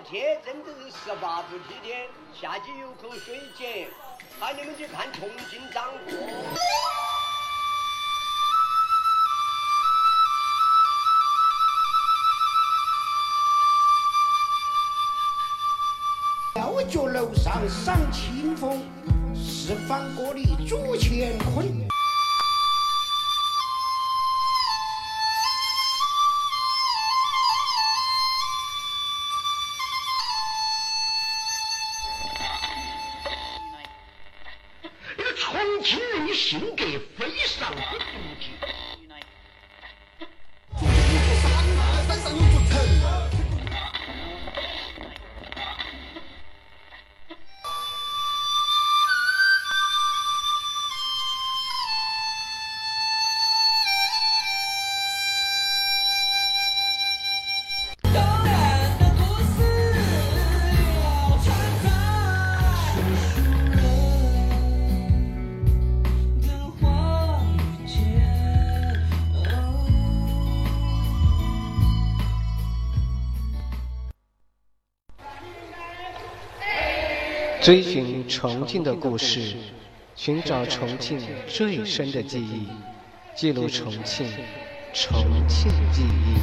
天真的是18伏之天，夏季有口水碱，喊你们去看重庆掌舵。 吊脚楼上赏清风，四方锅里煮乾坤。这个重庆人的性格非常的独特。山上有座城。 追寻重庆的故事，寻找重庆最深的记忆，记录重庆记忆。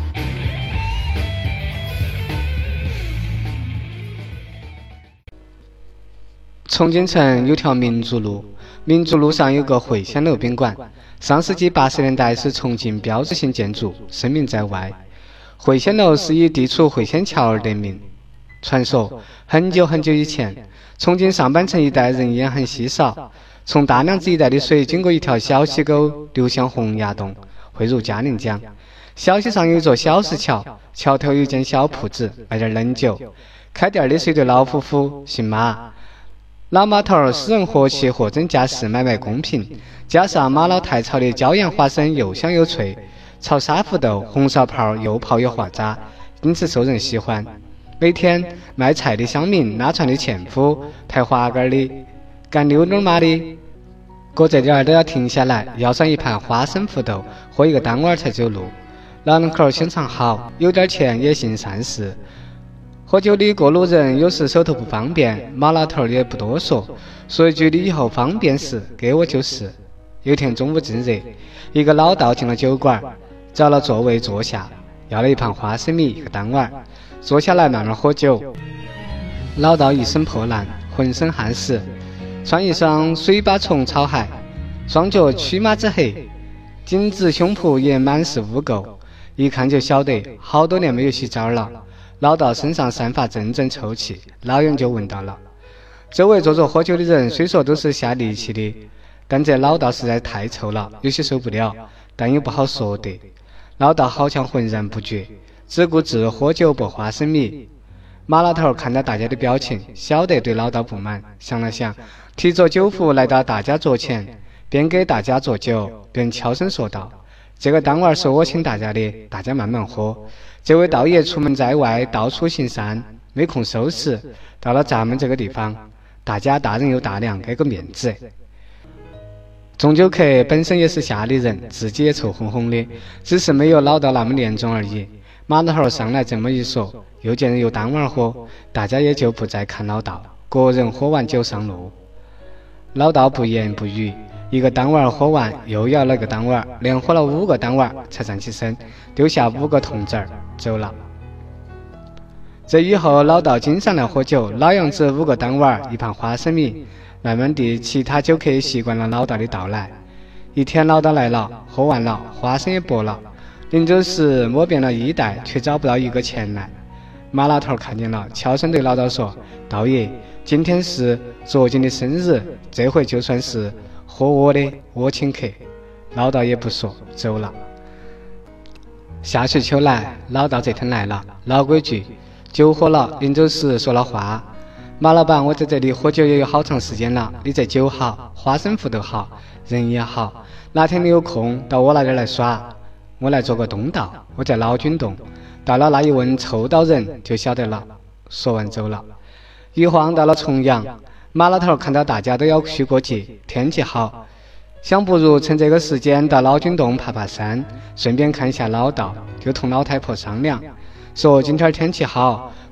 重庆城有条民族路，民族路上有个汇仙楼宾馆，上世纪80年代是重庆标志性建筑，声名在外。汇仙楼是以地处汇仙桥而得名。传说很久以前，重庆上半城一带人烟很稀少，从大娘子一带的水经过一条小溪沟流向洪崖洞，汇入嘉陵江。小溪上有一座小石桥，桥头有一间小铺子卖点冷酒，开店的是一对老夫妇，姓马。老马头私人和气，货真价实，买卖公平，加上马老太炒的椒盐花生又香又脆，炒沙胡豆红烧泡又泡又化渣，因此受人喜欢。每天卖菜的乡民，拉船的前夫，抬滑杆的，赶溜溜马的，过这点儿都要停下来，要上一盘花生胡豆，喝一个单碗才走路。老两口心肠好，有点钱也行善事。喝酒的过路人有时手头不方便，马老头也不多说，说一句你以后方便时给我就是。有天中午正热，一个老道进了酒馆，找了座位坐下，要了一盘花生米一个单碗，坐下来慢慢喝酒。老道一身破烂，浑身汗湿，穿一双水巴虫草鞋，双脚驱马之黑，紧直胸脯也满是污垢，一看就晓得好多年没有洗澡了。老道身上散发阵阵臭气，老远就闻到了。周围坐着喝酒的人虽说都是下力气的，但这老道实在太臭了，有些受不了，但又不好说的。老道好像浑然不觉，只顾自喝酒剥花生米。马老头看到大家的表情，晓得对老道不满，想了想，提着酒壶来到大家桌前，边给大家做酒，边悄声说道：这个单碗是我请大家的，大家慢慢喝。这位道爷出门在外，到处行善，没空收拾，到了咱们这个地方，大家大人有大量，给个面子。众酒客本身也是下里人，自己也臭烘烘的，只是没有老道那么严重而已。马老头上来这么一说，又见人有单碗喝，大家也就不再看老道，个人喝完酒上路。老道不言不语，一个单碗喝完，又要了个单碗，连喝了5个单碗才站起身，丢下5个铜子儿走了。这以后老道经常来喝酒，老样子5个单碗，一盘花生米。慢慢地，其他酒客习惯了老道的到来。一天老道来了，喝完了，花生也剥了，临走时摸遍了衣袋，却找不到1个钱来。马老头看见了，悄声对老道说：道爷，今天是昨天的生日，这回就算是喝我的，我请客。老道也不说，走了。夏水秋来，老道这天来了，老规矩，酒喝了，临走时说了话：马老板，我在这里喝酒也有好长时间了，你这酒好，花生胡豆好，人也好，哪天你有空到我那里来耍，我来做个东道，我在老君洞，到了那一问臭道人就晓得了。说完走了。一晃到了重阳，马老头看到大家都要去过节，天气好，想不如趁这个时间到老君洞爬爬山，顺便看一下老道，就同老太婆商量，说今天天气好，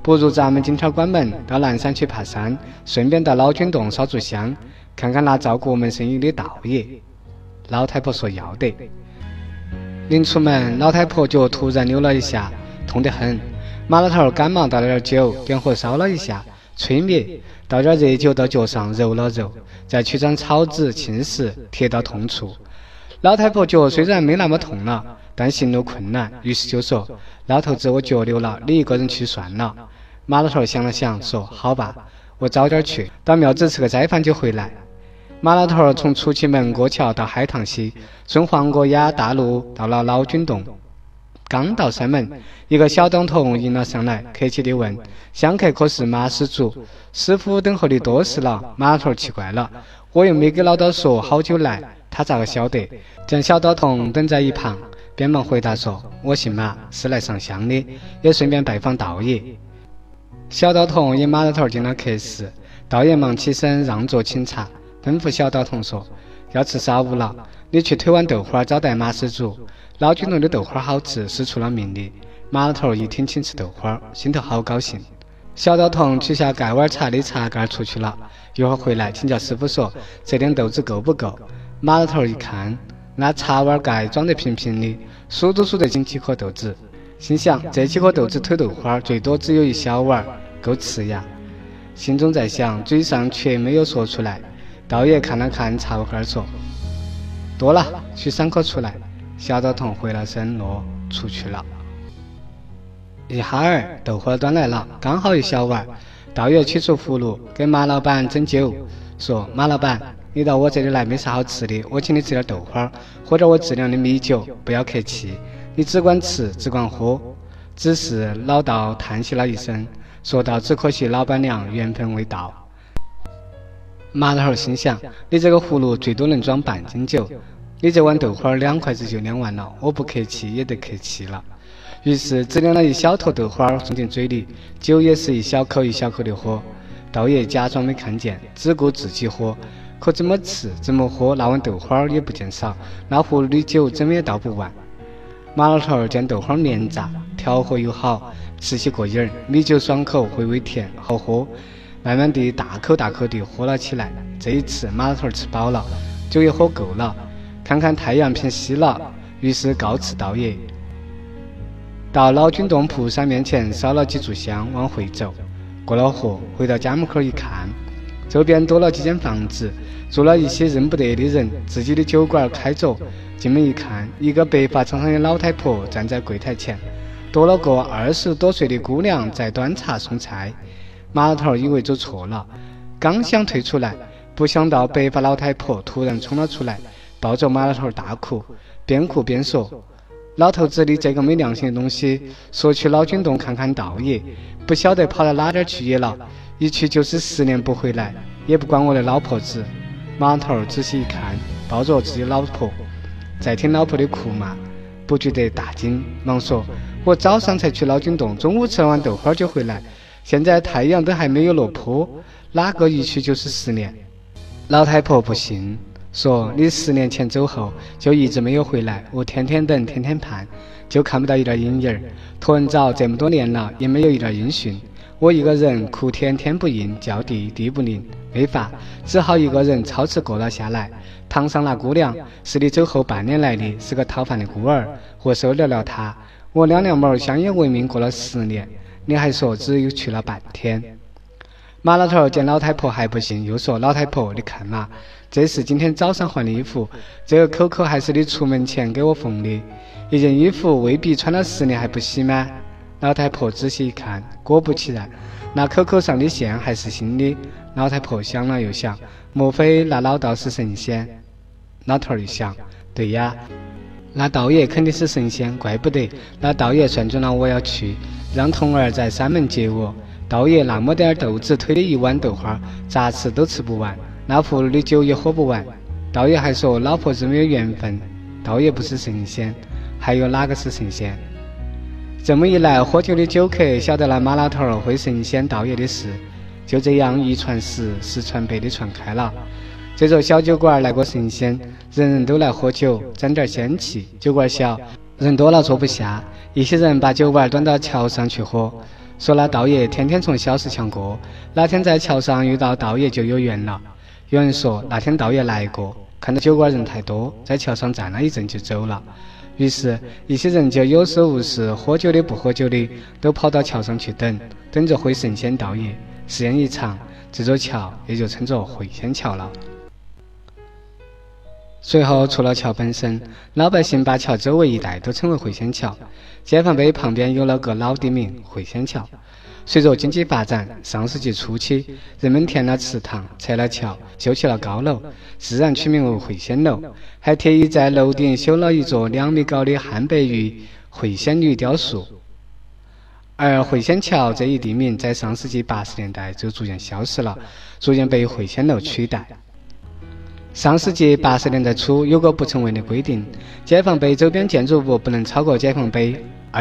不如咱们今天关门到南山去爬山，顺便到老君洞烧炷香，看看那照顾我们生意的道爷。老太婆说要得。临出门，老太婆脚突然扭了一下，痛得很。马老头赶忙倒了点酒，点火烧了一下，吹灭，倒点热酒到脚上揉了揉，再取张草纸浸湿，贴到痛处。老太婆脚虽然没那么痛了，但行路困难，于是就说：“老头子，我脚扭了，你一个人去算了。”马老头想了想，说：“好吧，我早点去，到庙子吃个斋饭就回来。”马老头从出奇门过桥到海棠溪，顺黄果崖大路到了老君洞。刚到山门，一个小当童迎了上来，客气地问：“香客可是马施主？师傅等候你多时了。”马老头奇怪了：“我又没给老道说好久来，他咋个晓得？”见小道童等在一旁，便忙回答说：“我姓马，是来上香的，也顺便拜访道爷。”小道童引马老头进了客室，道爷忙起身让座请茶，吩咐小道童说：“要吃烧午了，你去推碗豆花招待马施主。老君洞的豆花好吃，是出了名的。”马老头一听请吃豆花，心头好高兴。小道童取下盖碗茶的茶盖出去了，一会儿回来请教师傅说：“这点豆子够不够？”马老头一看，那茶碗盖装得平平的，数都数得进几颗豆子，心想这几颗豆子推豆花最多只有一小碗，够吃呀。心中在想，嘴上却没有说出来。道爷看了看茶碗说：“多了，取3颗出来。”小道童回了声诺，出去了。一哈儿，豆花端来了，刚好一小碗。道爷取出葫芦给马老板斟酒，说：“马老板，你到我这里来没啥好吃的，我请你吃点豆花，喝点我自酿的米酒，不要客气。你只管吃，只管喝。”只是老道叹息了一声，说道：“只可惜老板娘缘分未到。”马老头心想：“你这个葫芦最多能装半斤酒，你这碗豆花2筷子就酿完了，我不客气也得客气了。”于是只酿了一小坨豆花送进嘴里，酒也是一小口一小口的喝。道爷假装没看见，只顾自己喝，可怎么吃怎么喝，那碗豆花也不见少，那葫芦的酒怎么也倒不完。马老头见豆花绵杂，调和又好，吃起过瘾儿，米酒爽口，微微甜，好喝。慢慢地大口大口地喝了起来。这一次马老头吃饱了，酒也喝够了，看看太阳偏西了，于是告辞道爷，到老君洞菩萨面前烧了几炷香，往回走。过了河，回到家门口一看，周边多了几间房子，住了一些认不得的人，自己的酒馆开着。进门一看，一个白发苍苍的老太婆站在柜台前，多了个20多岁的姑娘在端茶送菜。马老头以为走错了，刚想退出来，不想到白发老太婆突然冲了出来，抱着马老头大哭，边哭边说：“老头子，你这个没良心的东西，说去老君洞看看道爷，不晓得跑到哪点去也了，一去就是10年不回来，也不管我的老婆子。”马老头仔细一看，抱着自己老婆，再听老婆的哭骂，不觉得大惊，忙说：“我早上才去老君洞，中午吃了碗豆花就回来，现在太阳都还没有落坡，哪个一去就是10年？”老太婆不信，说：“你10年前走后就一直没有回来，我天天等，天天盼，就看不到一点影儿。托人找这么多年了，也没有一点音讯。我一个人哭天天不应，叫地地不灵，没法，只好一个人操持过了下来。堂上那姑娘是你走后半年来的，是个讨饭的孤儿，我收留了她。我两娘们相依为命过了10年，你还说只有去了半天。”马老头见老太婆还不信，又说：“老太婆，你看嘛，这是今天早上换的衣服，这个口口还是你出门前给我缝的，一件衣服未必穿了10年还不洗吗？”老太婆仔细一看，果不其然，那口口上的线还是新的。老太婆想了又想，莫非那老道是神仙？老头一想，对呀，那道爷肯定是神仙，怪不得那道爷算准了我要去，让童儿在山门接我。道爷那么点豆子推的一碗豆花，咋吃都吃不完，那葫芦的酒也喝不完。道爷还说老婆子没有缘分，道爷不是神仙，还有哪个是神仙？这么一来，喝酒的酒客晓得了马老头会神仙道爷的事，就这样1传10，10传100的传开了。这座小酒馆来个神仙，人人都来喝酒，沾点仙气。酒馆小，人多了坐不下，一些人把酒碗端到桥上去喝， 说那道爷天天从小石墙过，哪天在桥上遇到道爷就有缘了。有人说那天道爷来过，看到酒馆人太多，在桥上站了一阵就走了。于是，一些人就有事无事，喝酒的不喝酒的，都跑到桥上去等着会神仙道爷。时间一长，这座桥也就称作会仙桥了。随后，除了桥本身，老百姓把桥周围一带都称为会仙桥。解放碑旁边有了个老地名会仙桥。随着经济发展，上世纪初期，人们填了池塘，拆了桥，修起了高楼，自然取名为会仙楼，还特意在楼顶修了一座2米高的汉白玉会仙女雕塑。而会仙桥这一地名在上世纪80年代就逐渐消失了，逐渐被会仙楼取代。上世纪80年代初有个不成文的规定，解放碑周边建筑物不能超过解放碑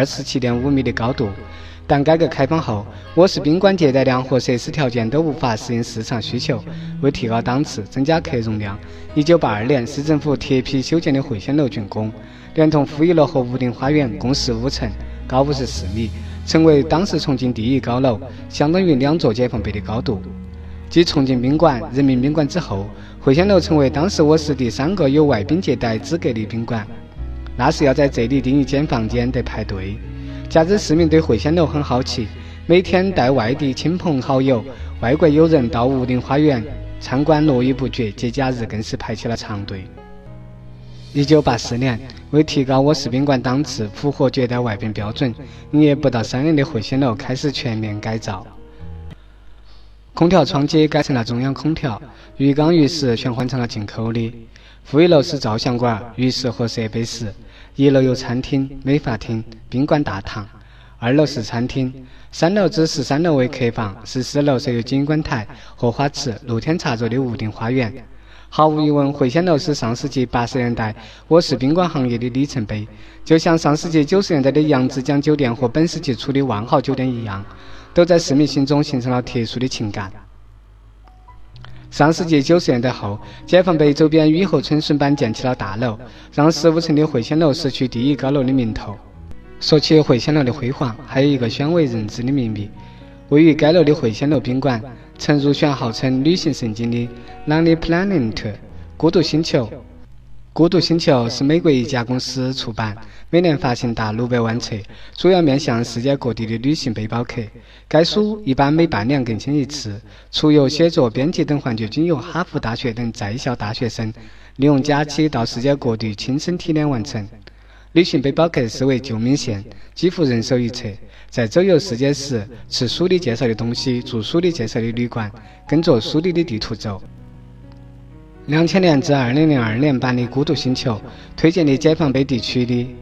27.5米的高度。但改革开放后，我市宾馆接待量和设施条件都无法适应市场需求。为提高档次、增加客容量，1982年市政府贴批修建的会仙楼竣工，连同负一楼和屋顶花园共15层，高54米，成为当时重庆第一高楼，相当于2座解放碑的高度。继重庆宾馆、人民宾馆之后，会仙楼成为当时我市第3个有外宾接待资格的宾馆。那是要在这里订一间房间得排队。加之市民对会仙楼很好奇，每天带外地亲朋好友、外国友人到屋顶花园参观络绎不绝，节假日更是排起了长队。1984年，为提高我市宾馆档次，符合接待外宾标准，营业不到3年的会仙楼开始全面改造。空调窗机改成了中央空调，浴缸浴室全换成了进口的。负一楼是照相馆、浴室和设备室，1楼有餐厅、美发厅、宾馆大堂，2楼是餐厅，3楼至13楼为客房，14楼设有景观台、荷花池、露天茶座的屋顶花园。毫无疑问，会仙楼是上世纪80年代我市宾馆行业的里程碑，就像上世纪90年代的扬子江酒店和本世纪初的万豪酒店一样，都在市民心中形成了特殊的情感。上世纪90年代后，解放碑周边雨后春笋般建起了大楼，让15层的会仙楼失去第一高楼的名头。说起会仙楼的辉煌，还有一个鲜为人知的秘密：位于该楼的会仙楼宾馆曾入选号称旅行圣经的 Lonely Planet 孤独星球。孤独星球是美国一家公司出版，每年发行达600万册，主要面向世界各地的旅行背包客。该书一般每半年更新一次，除有写作、编辑等环节均由哈佛大学等在校大学生利用假期到世界各地亲身提炼完成。旅行背包客视为救命线，几乎人手一册。在周游世界时，吃书里介绍的东西，住书里介绍的旅馆，跟着书里的地图走。2000年至2002年版的《孤独星球》推荐的解放碑地区的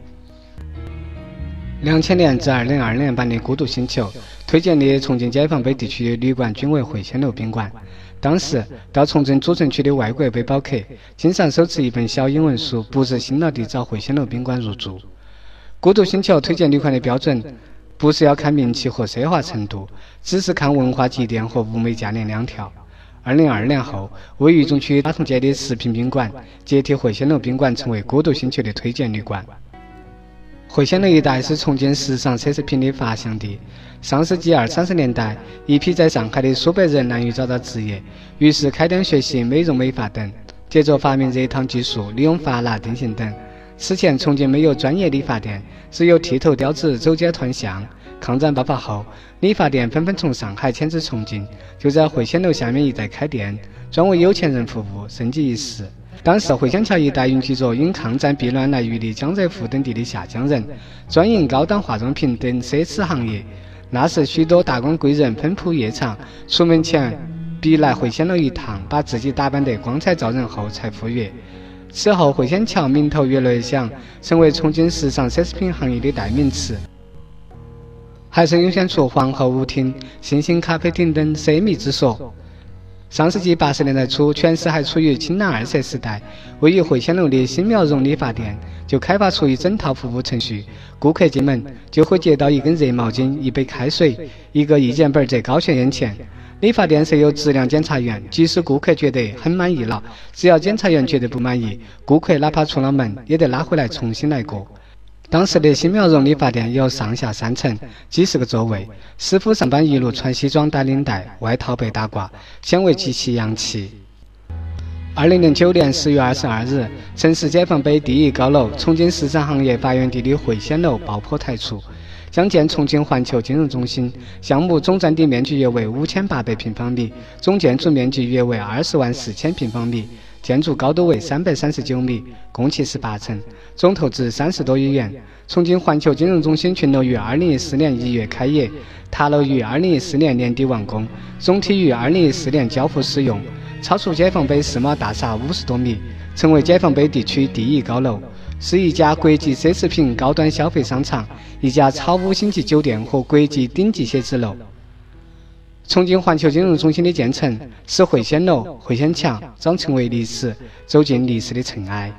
2000年至2022年版的《孤独星球》推荐的重庆解放碑地区的旅馆均为会仙楼宾馆。当时到重庆主城区的外国背包客经常手持一本小英文书，不辞辛劳地找会仙楼宾馆入住。孤独星球推荐旅馆的标准不是要看名气和奢华程度，只是看文化积淀和物美价廉2条。2022年后，位于中区大同街的食品宾馆接替会仙楼宾馆，成为孤独星球的推荐旅馆。会仙楼一带是重庆时尚奢侈品的发祥地。上世纪20-30年代，一批在上海的苏北人难于找到职业，于是开店学习美容美发等，接着发明热烫技术，利用发蜡定型等。此前重庆没有专业理发店，只有剃头雕子走街团巷。抗战爆发后，理发店纷纷从上海迁至重庆，就在会仙楼下面一带开店，专为有钱人服务，生机一时。当时会仙桥一带云集着因抗战避难来渝的江浙沪等地的下江人，专营高档化妆品等奢侈行业。那时许多达官贵人奔赴夜场，出门前必来会仙楼一趟，把自己打扮得光彩照人后才赴约。此后会仙桥名头越来越响，成为重庆时尚奢侈品行业的代名词。还曾涌现出皇后舞厅、星星咖啡厅等奢靡之所。上世纪80年代初，全市还处于青蓝2色时代，位于会仙楼的新苗蓉理发店就开发出一整套服务程序，顾客进门就会接到一根热毛巾、一杯开水、一个意见本在高悬眼前。理发店设有质量检查员，即使顾客觉得很满意了，只要检查员觉得不满意，顾客哪怕出了门也得拉回来重新来过。 当时的新苗绒理发店有上下3层，几十个座位，师傅上班一路穿西装打领带，外套被打挂，显为极其洋气。2009年10月22日，城市解放碑第一高楼重庆市场行业发源地的汇贤楼爆破抬出，将建重庆环球金融中心，项目总占地面积约为5800平方米，总建筑面积约为20万4千平方米，建筑高度为339米，共砌18层，总投资30多亿元。重庆环球金融中心群楼于2014年1月开业，塔楼于2014年年底完工，总体于2014年交付使用，超出解放碑世贸大厦50多米，成为解放碑地区第一高楼，是一家国际奢侈品高端消费商场，一家超5星级酒店和国际顶级写字楼。重庆环球金融中心的建成，使汇贤楼、汇贤墙将成为历史，走进历史的尘埃。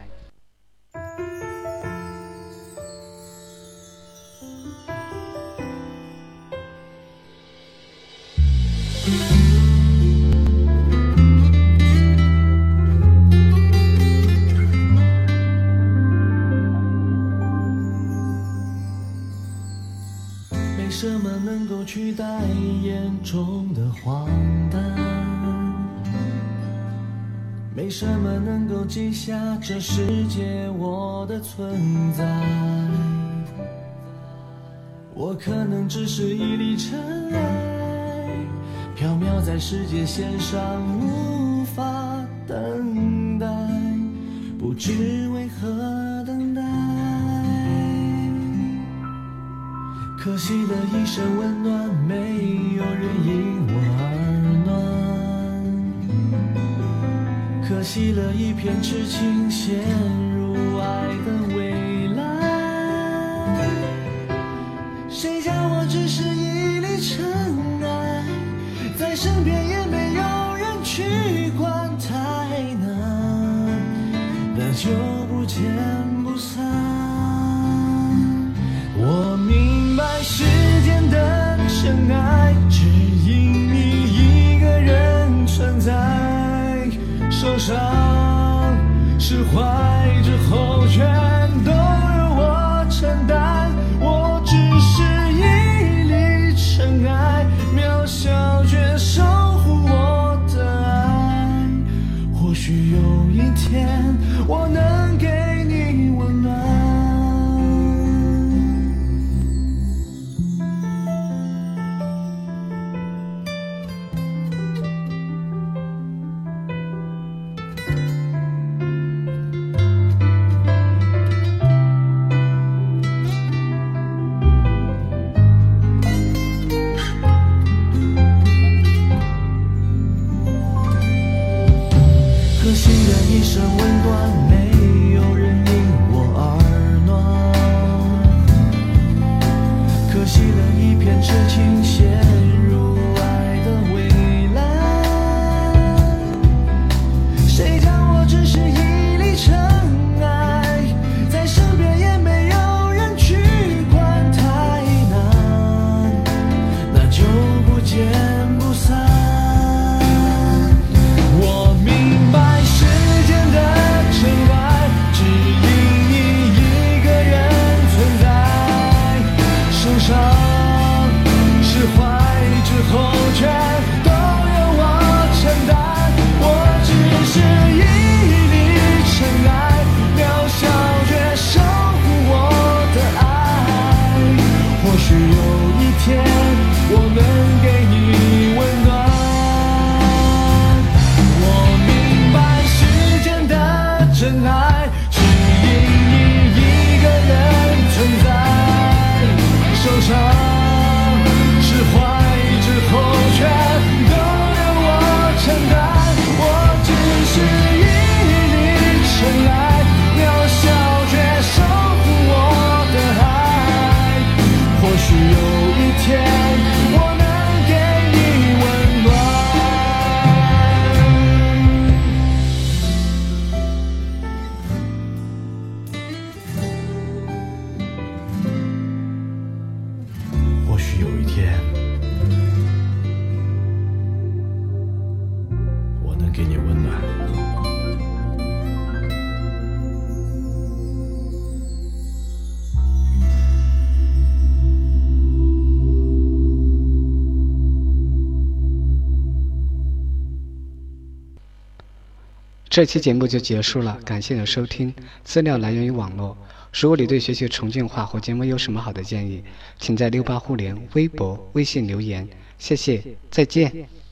没什么能够取代眼中的荒诞，没什么能够记下这世界我的存在。我可能只是一粒尘埃，缥缈在世界线上，无法等待，不知为何等待。可惜了一身温暖，没有人因我而暖。可惜了一片痴情，陷入爱的未来。谁叫我只是一粒尘埃，在身边也没有人去管，太难，那就不见不散。我明白时间的尘埃，只因你一个人存在。受伤释怀之后，全都由我承担。我只是一粒尘埃，渺小却守护我的爱。或许有一天，我能给你温暖。 这期节目就结束了，感谢你的收听。资料来源于网络。如果你对学习重庆话或节目有什么好的建议，请在68互联微博、微信留言。谢谢，再见。